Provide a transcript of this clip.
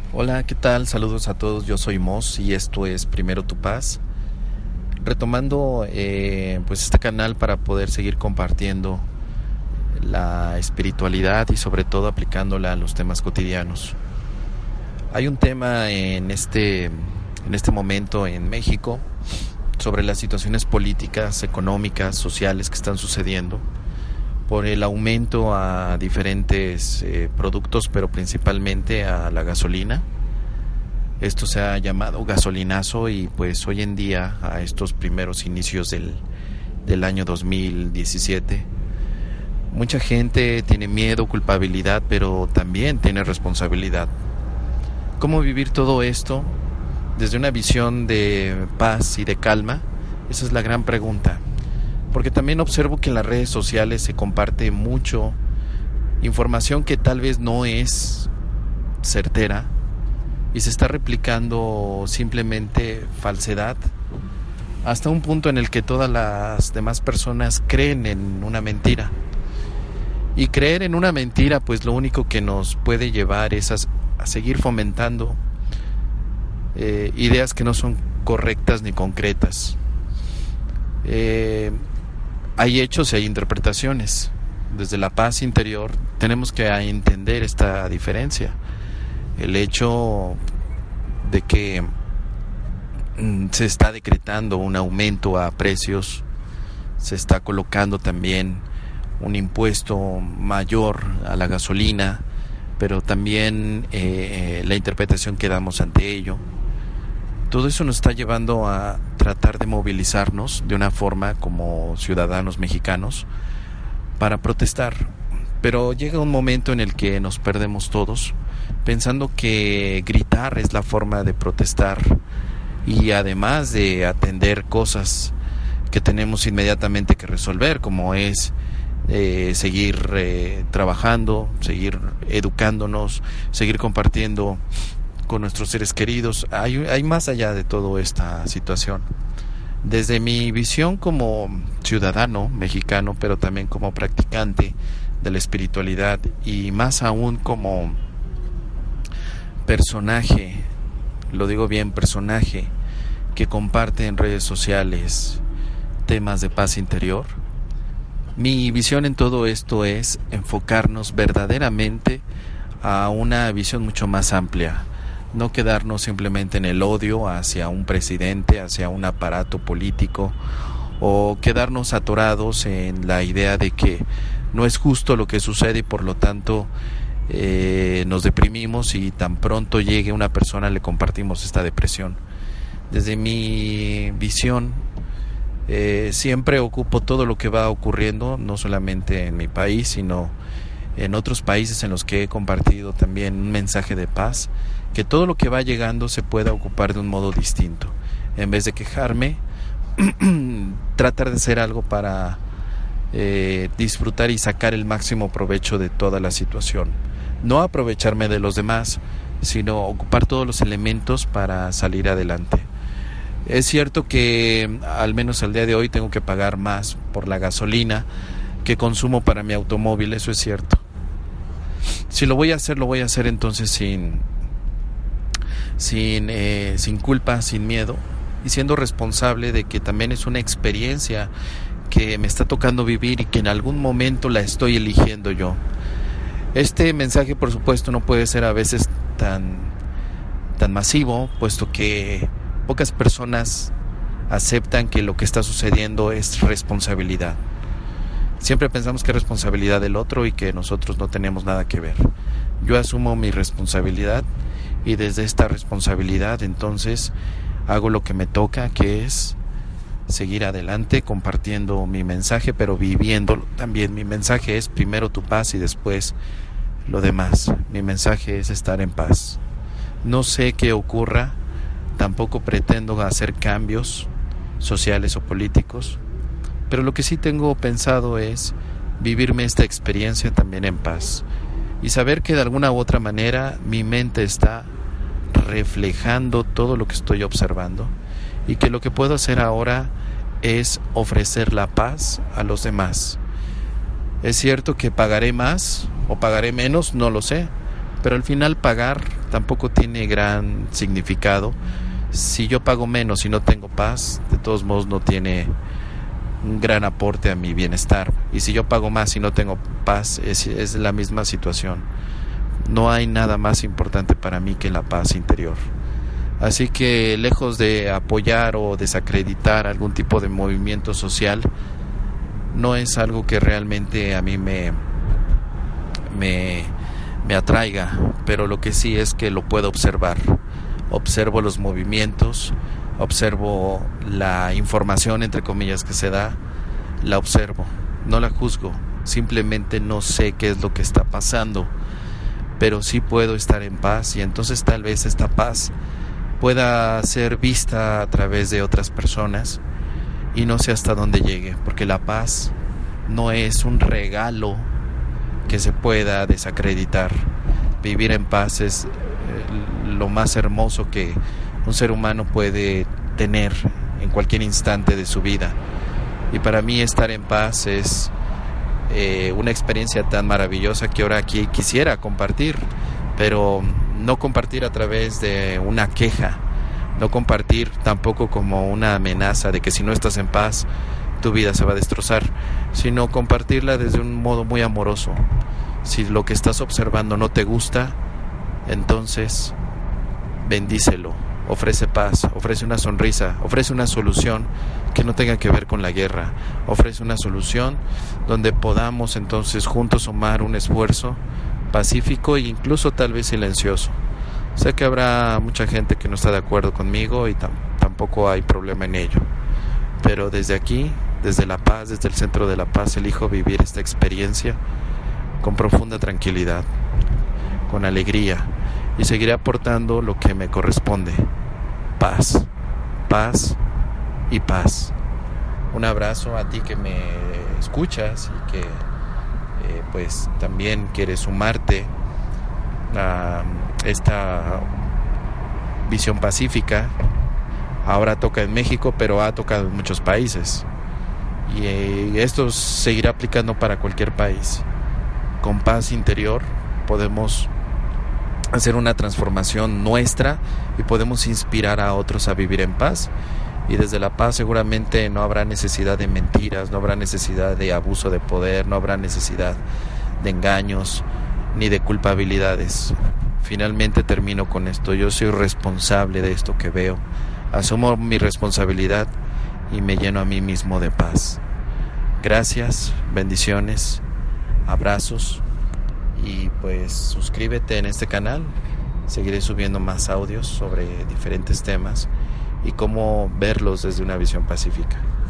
Hola, ¿qué tal? Saludos a todos, yo soy Mos y esto es Primero Tu Paz. Retomando pues este canal para poder seguir compartiendo la espiritualidad y sobre todo aplicándola a los temas cotidianos. Hay un tema en este momento en México sobre las situaciones políticas, económicas, sociales que están sucediendo por el aumento a diferentes productos, pero principalmente a la gasolina. Esto se ha llamado gasolinazo y pues hoy en día, a estos primeros inicios del año 2017, mucha gente tiene miedo, culpabilidad, pero también tiene responsabilidad. ¿Cómo vivir todo esto desde una visión de paz y de calma? Esa es la gran pregunta. Porque también observo que en las redes sociales se comparte mucho información que tal vez no es certera y se está replicando simplemente falsedad hasta un punto en el que todas las demás personas creen en una mentira. Y creer en una mentira pues lo único que nos puede llevar es a seguir fomentando ideas que no son correctas ni concretas. Hay hechos y hay interpretaciones. Desde la paz interior tenemos que entender esta diferencia. El hecho de que se está decretando un aumento a precios, se está colocando también un impuesto mayor a la gasolina, pero también la interpretación que damos ante ello. Todo eso nos está llevando a tratar de movilizarnos de una forma como ciudadanos mexicanos para protestar. Pero llega un momento en el que nos perdemos todos, pensando que gritar es la forma de protestar y además de atender cosas que tenemos inmediatamente que resolver, como es seguir trabajando, seguir educándonos, seguir compartiendo con nuestros seres queridos. Hay más allá de toda esta situación. Desde mi visión como ciudadano mexicano, pero también como practicante de la espiritualidad y más aún como personaje, lo digo bien, personaje que comparte en redes sociales temas de paz interior, mi visión en todo esto es enfocarnos verdaderamente a una visión mucho más amplia. No quedarnos simplemente en el odio hacia un presidente, hacia un aparato político, o quedarnos atorados en la idea de que no es justo lo que sucede y por lo tanto nos deprimimos y tan pronto llegue una persona le compartimos esta depresión. Desde mi visión siempre ocupo todo lo que va ocurriendo, no solamente en mi país, sino en otros países en los que he compartido también un mensaje de paz, que todo lo que va llegando se pueda ocupar de un modo distinto. En vez de quejarme, tratar de hacer algo para disfrutar y sacar el máximo provecho de toda la situación. No aprovecharme de los demás, sino ocupar todos los elementos para salir adelante. Es cierto que al menos al día de hoy tengo que pagar más por la gasolina que consumo para mi automóvil, eso es cierto. Si lo voy a hacer entonces sin culpa, sin miedo, y siendo responsable de que también es una experiencia que me está tocando vivir y que en algún momento la estoy eligiendo yo. Este mensaje, por supuesto, no puede ser a veces tan masivo, puesto que pocas personas aceptan que lo que está sucediendo es responsabilidad. Siempre pensamos que es responsabilidad del otro y que nosotros no tenemos nada que ver. Yo asumo mi responsabilidad y desde esta responsabilidad entonces hago lo que me toca, que es seguir adelante compartiendo mi mensaje, pero viviéndolo también. Mi mensaje es primero tu paz y después lo demás. Mi mensaje es estar en paz. No sé qué ocurra, tampoco pretendo hacer cambios sociales o políticos, pero lo que sí tengo pensado es vivirme esta experiencia también en paz y saber que de alguna u otra manera mi mente está reflejando todo lo que estoy observando y que lo que puedo hacer ahora es ofrecer la paz a los demás. Es cierto que pagaré más o pagaré menos, no lo sé, pero al final pagar tampoco tiene gran significado. Si yo pago menos y no tengo paz, de todos modos no tiene un gran aporte a mi bienestar. Y si yo pago más y no tengo paz, es la misma situación. No hay nada más importante para mí que la paz interior. Así que lejos de apoyar o desacreditar algún tipo de movimiento social, no es algo que realmente a mí me atraiga, pero lo que sí es que lo puedo observar. Observo los movimientos, observo la información, entre comillas, que se da, la observo, no la juzgo, simplemente no sé qué es lo que está pasando, pero sí puedo estar en paz, y entonces tal vez esta paz pueda ser vista a través de otras personas y no sé hasta dónde llegue, porque la paz no es un regalo que se pueda desacreditar. Vivir en paz es lo más hermoso que un ser humano puede tener en cualquier instante de su vida, y para mí estar en paz es una experiencia tan maravillosa que ahora aquí quisiera compartir, pero no compartir a través de una queja, no compartir tampoco como una amenaza de que si no estás en paz tu vida se va a destrozar, sino compartirla desde un modo muy amoroso. Si lo que estás observando no te gusta, entonces bendícelo, ofrece paz, ofrece una sonrisa, ofrece una solución que no tenga que ver con la guerra, ofrece una solución donde podamos entonces juntos sumar un esfuerzo pacífico e incluso tal vez silencioso. Sé que habrá mucha gente que no está de acuerdo conmigo y tampoco hay problema en ello, pero desde aquí, desde la paz, desde el centro de la paz, elijo vivir esta experiencia con profunda tranquilidad, con alegría, y seguiré aportando lo que me corresponde: paz, paz y paz. Un abrazo a ti que me escuchas y que pues también quieres sumarte a esta visión pacífica. Ahora toca en México, pero ha tocado en muchos países, y esto seguirá aplicando para cualquier país. Con paz interior podemos hacer una transformación nuestra y podemos inspirar a otros a vivir en paz, y desde la paz seguramente no habrá necesidad de mentiras, no habrá necesidad de abuso de poder, no habrá necesidad de engaños ni de culpabilidades. Finalmente termino con esto: yo soy responsable de esto que veo, asumo mi responsabilidad y me lleno a mí mismo de paz. Gracias, bendiciones, abrazos, y pues suscríbete en este canal. Seguiré subiendo más audios sobre diferentes temas y cómo verlos desde una visión pacífica.